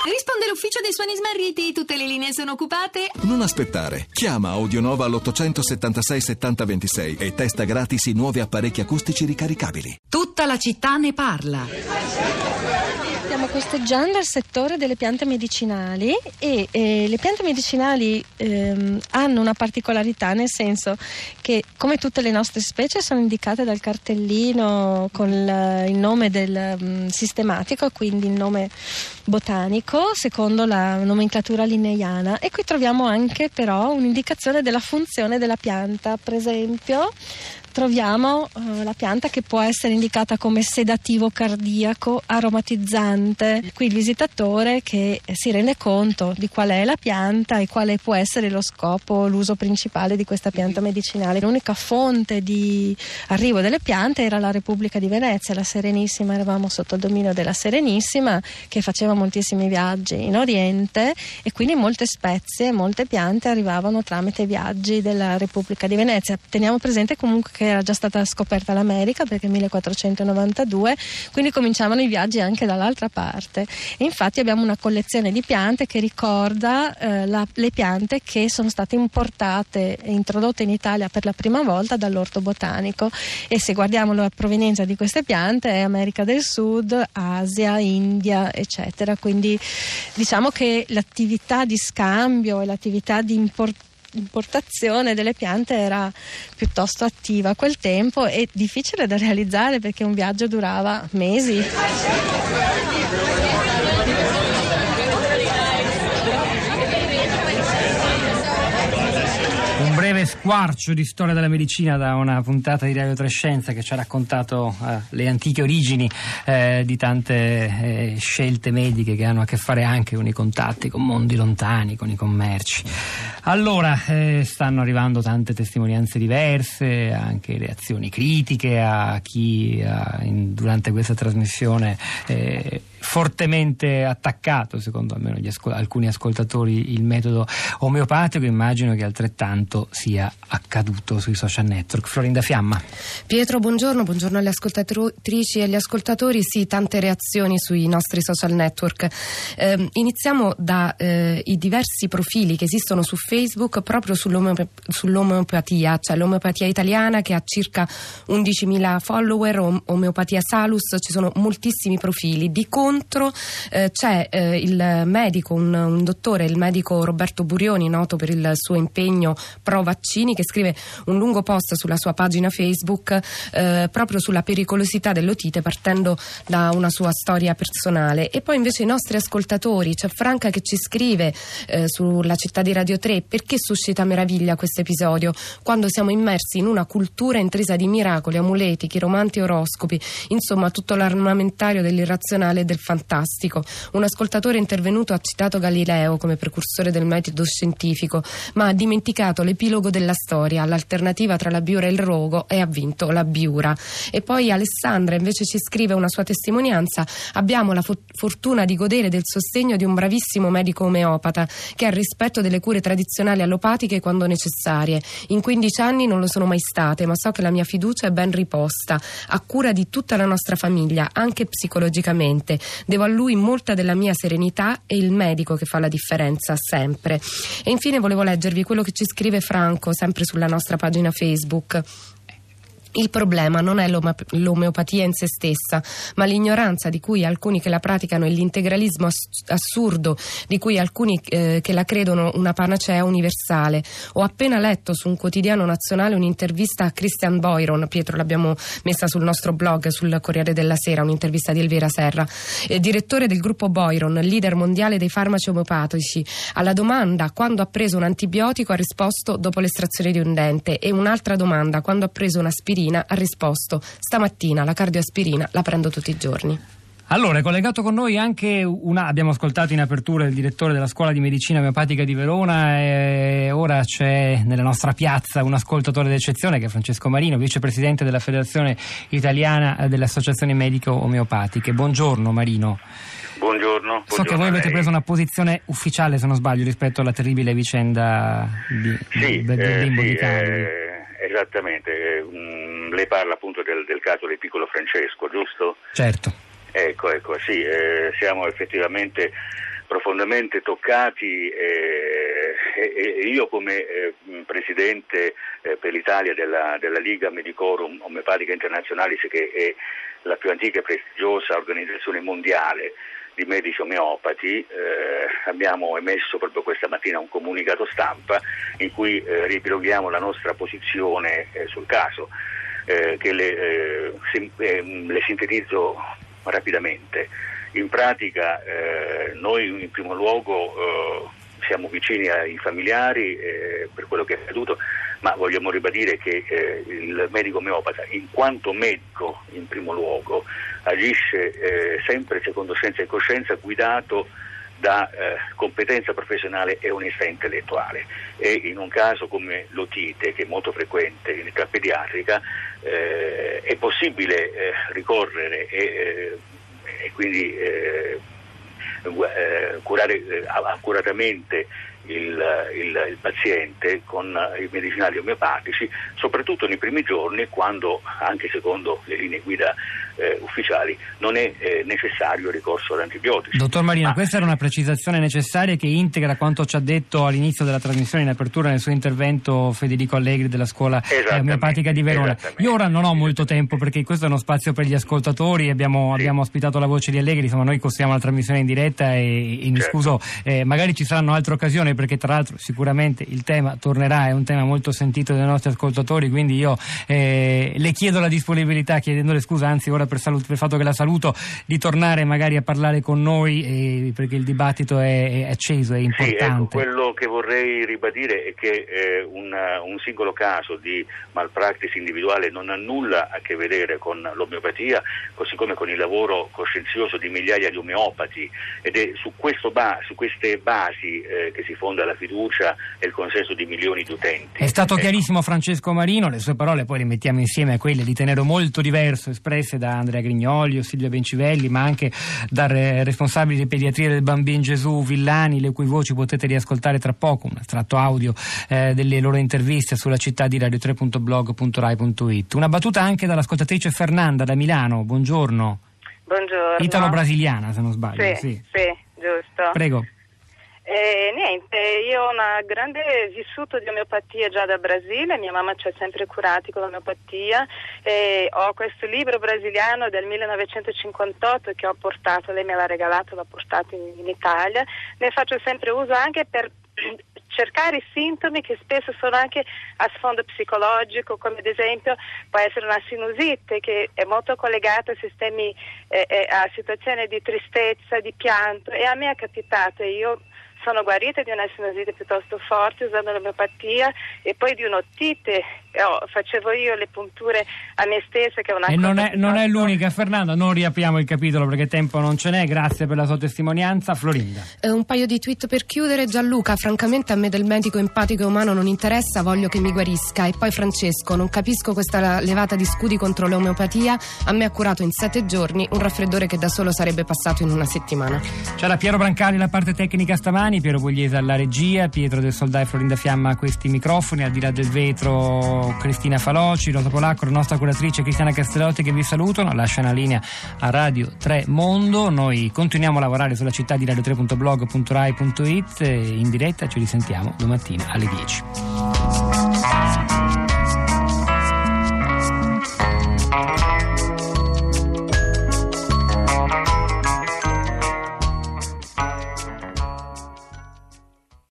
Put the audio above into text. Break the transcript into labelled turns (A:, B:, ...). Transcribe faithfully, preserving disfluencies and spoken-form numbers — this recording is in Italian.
A: Risponde l'ufficio dei suoni smarriti, tutte le linee sono occupate.
B: Non aspettare, chiama Audionova all'ottocentosettantasei settanta ventisei e testa gratis i nuovi apparecchi acustici ricaricabili.
C: Tutta la città ne parla.
D: Stiamo costeggiando il settore delle piante medicinali e eh, le piante medicinali ehm, hanno una particolarità, nel senso che, come tutte le nostre specie, sono indicate dal cartellino con il, il nome del um, sistematico, quindi il nome botanico secondo la nomenclatura linneana, e qui troviamo anche però un'indicazione della funzione della pianta. Per esempio troviamo uh, la pianta che può essere indicata come sedativo cardiaco, aromatizzante. Qui il visitatore che si rende conto di qual è la pianta e quale può essere lo scopo, l'uso principale di questa pianta medicinale. L'unica fonte di arrivo delle piante era la Repubblica di Venezia, la Serenissima. Eravamo sotto il dominio della Serenissima, che faceva moltissimi viaggi in Oriente, e quindi molte spezie, molte piante arrivavano tramite viaggi della Repubblica di Venezia. Teniamo presente comunque che era già stata scoperta l'America, perché millequattrocentonovantadue, quindi cominciavano i viaggi anche dall'altra parte, e infatti abbiamo una collezione di piante che ricorda eh, la, le piante che sono state importate e introdotte in Italia per la prima volta dall'orto botanico, e se guardiamo la provenienza di queste piante è America del Sud, Asia, India, eccetera. Quindi diciamo che l'attività di scambio e l'attività di importazione importazione delle piante era piuttosto attiva a quel tempo e difficile da realizzare, perché un viaggio durava mesi.
E: Un breve squarcio di storia della medicina da una puntata di Radio Trescenza che ci ha raccontato eh, le antiche origini eh, di tante eh, scelte mediche che hanno a che fare anche con i contatti con mondi lontani, con i commerci. Allora, eh, stanno arrivando tante testimonianze diverse, anche reazioni critiche a chi ha, in, durante questa trasmissione eh, fortemente attaccato, secondo almeno gli ascol- alcuni ascoltatori, il metodo omeopatico. Immagino che altrettanto sia accaduto sui social network. Florinda Fiamma.
F: Pietro, buongiorno, buongiorno alle ascoltatrici e agli ascoltatori. Sì, tante reazioni sui nostri social network. Eh, iniziamo da eh, i diversi profili che esistono su Facebook proprio sull'omeop- sull'omeopatia, cioè l'omeopatia italiana, che ha circa undicimila follower, om- omeopatia Salus, ci sono moltissimi profili. Di contro eh, c'è eh, il medico, un, un dottore, il medico Roberto Burioni, noto per il suo impegno pro vaccini, che scrive un lungo post sulla sua pagina Facebook eh, proprio sulla pericolosità dell'otite, partendo da una sua storia personale. E poi invece i nostri ascoltatori, c'è Franca che ci scrive eh, sulla città di Radio tre: perché suscita meraviglia questo episodio quando siamo immersi in una cultura intrisa di miracoli, amuleti, chiromanti, oroscopi, insomma tutto l'armamentario dell'irrazionale e del fantastico. Un ascoltatore intervenuto ha citato Galileo come precursore del metodo scientifico, ma ha dimenticato l'epilogo della storia, l'alternativa tra la biura e il rogo, e ha vinto la biura. E poi Alessandra invece ci scrive una sua testimonianza: abbiamo la fo- fortuna di godere del sostegno di un bravissimo medico omeopata che ha rispetto delle cure tradizionali allopatiche quando necessarie. In quindici anni non lo sono mai state, ma so che la mia fiducia è ben riposta, a cura di tutta la nostra famiglia, anche psicologicamente. Devo a lui molta della mia serenità, e il medico che fa la differenza sempre. E infine volevo leggervi quello che ci scrive Franco, sempre sulla nostra pagina Facebook. Il problema non è l'omeopatia in se stessa, ma l'ignoranza di cui alcuni che la praticano e l'integralismo assurdo di cui alcuni eh, che la credono una panacea universale. Ho appena letto su un quotidiano nazionale un'intervista a Christian Boyron, Pietro l'abbiamo messa sul nostro blog, sul Corriere della Sera, un'intervista di Elvira Serra, eh, direttore del gruppo Boyron, leader mondiale dei farmaci omeopatici. Alla domanda quando ha preso un antibiotico ha risposto dopo l'estrazione di un dente, e un'altra domanda quando ha preso un'aspirina ha risposto stamattina la cardioaspirina la prendo tutti i giorni.
E: Allora, è collegato con noi anche una, abbiamo ascoltato in apertura il direttore della Scuola di Medicina Omeopatica di Verona, e ora c'è nella nostra piazza un ascoltatore d'eccezione che è Francesco Marino, vicepresidente della Federazione Italiana delle Associazioni Mediche Omeopatiche. Buongiorno Marino.
G: Buongiorno.
E: So che voi avete preso una posizione ufficiale, se non sbaglio, rispetto alla terribile vicenda di,
G: sì,
E: del
G: eh,
E: bimbo
G: sì,
E: di Cagliari.
G: Eh, esattamente, eh, um, lei parla appunto del, del caso del piccolo Francesco, giusto?
E: Certo.
G: Ecco, ecco, sì, eh, siamo effettivamente profondamente toccati eh, e, e io come eh, presidente eh, per l'Italia della, della Liga Medicorum Omeopatica Internazionale, che è la più antica e prestigiosa organizzazione mondiale di medici omeopati, eh, abbiamo emesso proprio questa mattina un comunicato stampa in cui eh, riepiloghiamo la nostra posizione eh, sul caso, eh, che le, eh, sim- eh, le sintetizzo rapidamente. In pratica eh, noi in primo luogo eh, siamo vicini ai familiari eh, per quello che è accaduto, ma vogliamo ribadire che eh, il medico omeopata, in quanto medico in primo luogo, agisce eh, sempre secondo scienza e coscienza, guidato da eh, competenza professionale e onestà intellettuale, e in un caso come l'otite, che è molto frequente in età pediatrica, eh, è possibile eh, ricorrere e, eh, e quindi eh, eh, curare eh, accuratamente Il, il, il paziente con i medicinali omeopatici, soprattutto nei primi giorni, quando, anche secondo le linee guida eh, ufficiali, non è eh, necessario il ricorso ad antibiotici.
E: Dottor Marino,
G: Ma,
E: questa era una precisazione necessaria che integra quanto ci ha detto all'inizio della trasmissione in apertura nel suo intervento Federico Allegri della Scuola Omeopatica di Verona. Io ora non ho molto tempo, perché questo è uno spazio per gli ascoltatori, abbiamo, sì. abbiamo ospitato la voce di Allegri, insomma noi costruiamo la trasmissione in diretta e, e mi
G: certo.
E: scuso, eh, magari ci saranno altre occasioni, perché tra l'altro sicuramente il tema tornerà, è un tema molto sentito dai nostri ascoltatori, quindi io eh, le chiedo la disponibilità, chiedendole scusa anzi ora per, salut- per il fatto che la saluto, di tornare magari a parlare con noi, eh, perché il dibattito è, è acceso, è importante.
G: Sì, ecco, quello che vorrei ribadire è che eh, una, un singolo caso di malpractice individuale non ha nulla a che vedere con l'omeopatia, così come con il lavoro coscienzioso di migliaia di omeopati, ed è su, questo ba- su queste basi eh, che si fonda la fiducia e il consenso di milioni di utenti.
E: È stato
G: ecco.
E: chiarissimo Francesco Marino, le sue parole poi le mettiamo insieme a quelle di tenero molto diverso espresse da Andrea Grignoli o Silvia Bencivelli, ma anche dal responsabile di pediatria del Bambin Gesù Villani, le cui voci potete riascoltare tra poco, un estratto audio eh, delle loro interviste sulla città di radio tre punto blog punto rai punto it. Una battuta anche dall'ascoltatrice Fernanda da Milano, buongiorno.
H: Buongiorno.
E: Italo-brasiliana, se non sbaglio.
H: Sì,
E: sì,
H: sì, giusto.
E: Prego.
H: Eh, niente, io ho una grande vissuto di omeopatia già da Brasile, mia mamma ci ha sempre curati con l'omeopatia, e ho questo libro brasiliano del millenovecentocinquantotto che ho portato, lei me l'ha regalato, l'ho portato in, in Italia, ne faccio sempre uso anche per cercare i sintomi che spesso sono anche a sfondo psicologico, come ad esempio può essere una sinusite che è molto collegata a sistemi, eh, eh, a situazioni di tristezza, di pianto, e a me è capitato, e io sono guarita di una sinusite piuttosto forte usando l'omeopatia, e poi di un'otite oh, facevo io le punture a me stessa, che è una
E: e
H: cosa
E: non è, non è
H: piuttosto...
E: l'unica, Fernanda, non riapriamo il capitolo perché tempo non ce n'è, grazie per la sua testimonianza. Florinda.
F: Eh, un paio di tweet per chiudere. Gianluca: francamente a me del medico empatico e umano non interessa, voglio che mi guarisca. E poi Francesco: non capisco questa levata di scudi contro l'omeopatia, a me ha curato in sette giorni un raffreddore che da solo sarebbe passato in una settimana.
E: C'era Piero Brancali la parte tecnica stamani, Piero Pugliese alla regia, Pietro del Soldà e Florinda Fiamma a questi microfoni, al di là del vetro Cristina Faloci, Rosa Polacco, la nostra curatrice Cristiana Castellotti che vi salutano, lascia una linea a Radio tre Mondo. Noi continuiamo a lavorare sulla città di radio tre punto blog punto rai punto it in diretta, ci risentiamo domattina alle dieci.